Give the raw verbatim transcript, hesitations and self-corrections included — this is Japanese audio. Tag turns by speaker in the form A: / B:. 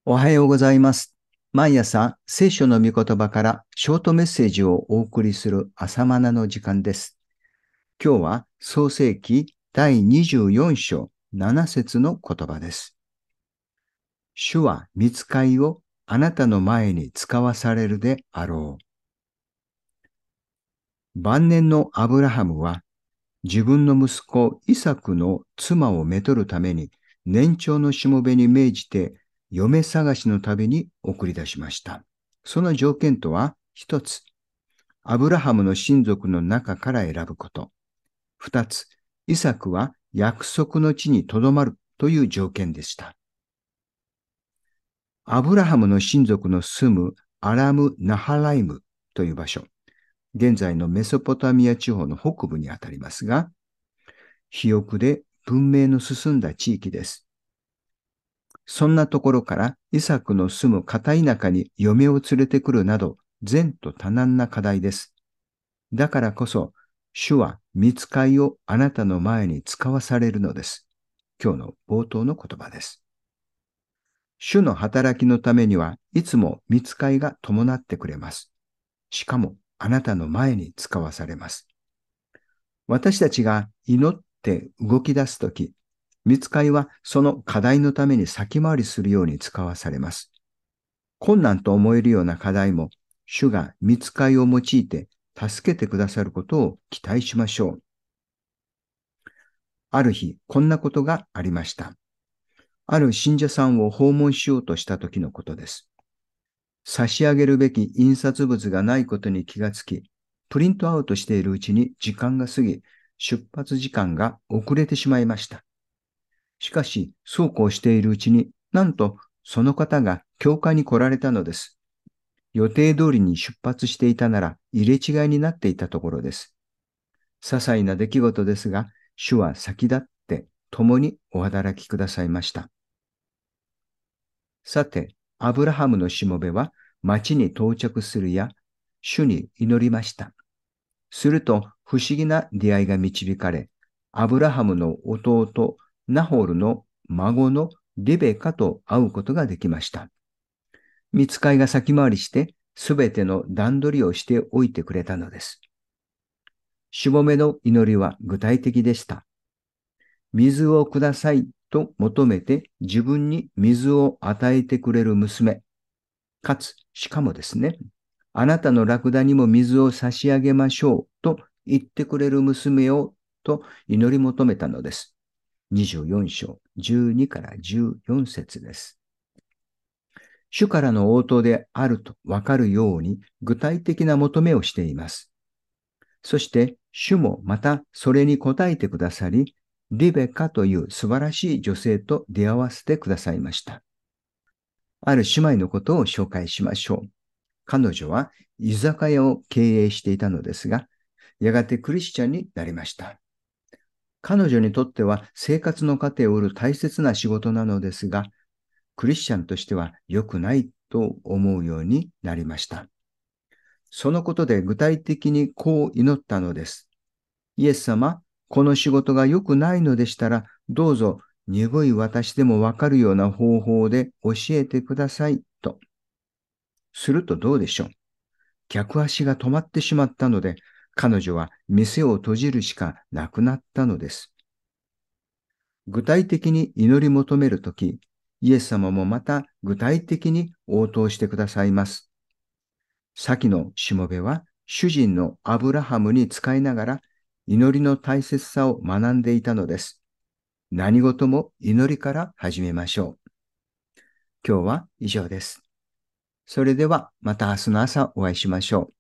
A: おはようございます。毎朝、聖書の御言葉からショートメッセージをお送りする朝マナの時間です。今日は創世記だいにじゅうよん章なな節の言葉です。主は御使いをあなたの前に使わされるであろう。晩年のアブラハムは自分の息子イサクの妻をめとるために年長のしもべに命じて嫁探しの旅に送り出しました。その条件とは一つ、アブラハムの親族の中から選ぶこと。二つ、イサクは約束の地に留まるという条件でした。アブラハムの親族の住むアラム・ナハライムという場所、現在のメソポタミア地方の北部にあたりますが、肥沃で文明の進んだ地域です。そんなところからイサクの住む片田舎に嫁を連れてくるなど、前途多難な課題です。だからこそ、主は御使いをあなたの前に使わされるのです。今日の冒頭の言葉です。主の働きのためにはいつも御使いが伴ってくれます。しかもあなたの前に使わされます。私たちが祈って動き出すとき、御使いはその課題のために先回りするように使わされます。困難と思えるような課題も、主が御使いを用いて助けてくださることを期待しましょう。ある日、こんなことがありました。ある信者さんを訪問しようとした時のことです。差し上げるべき印刷物がないことに気がつき、プリントアウトしているうちに時間が過ぎ、出発時間が遅れてしまいました。しかし、そうこうしているうちに、なんとその方が教会に来られたのです。予定通りに出発していたなら入れ違いになっていたところです。些細な出来事ですが、主は先立って共にお働きくださいました。さて、アブラハムのしもべは町に到着するや、主に祈りました。すると不思議な出会いが導かれ、アブラハムの弟、ナホールの孫のリベカと会うことができました。御使いが先回りして、すべての段取りをしておいてくれたのです。しもべの祈りは具体的でした。水をくださいと求めて自分に水を与えてくれる娘。かつ、しかもですね、あなたのラクダにも水を差し上げましょうと言ってくれる娘をと祈り求めたのです。にじゅうよん章じゅうにからじゅうよん節です。主からの応答であるとわかるように具体的な求めをしています。そして主もまたそれに応えてくださり、リベカという素晴らしい女性と出会わせてくださいました。ある姉妹のことを紹介しましょう。彼女は居酒屋を経営していたのですが、やがてクリスチャンになりました。彼女にとっては生活の糧を売る大切な仕事なのですが、クリスチャンとしては良くないと思うようになりました。そのことで具体的にこう祈ったのです。イエス様、この仕事が良くないのでしたら、どうぞ鈍い私でもわかるような方法で教えてくださいと。するとどうでしょう。客足が止まってしまったので、彼女は店を閉じるしかなくなったのです。具体的に祈り求めるとき、イエス様もまた具体的に応答してくださいます。先のしもべは主人のアブラハムに仕えながら祈りの大切さを学んでいたのです。何事も祈りから始めましょう。今日は以上です。それではまた明日の朝お会いしましょう。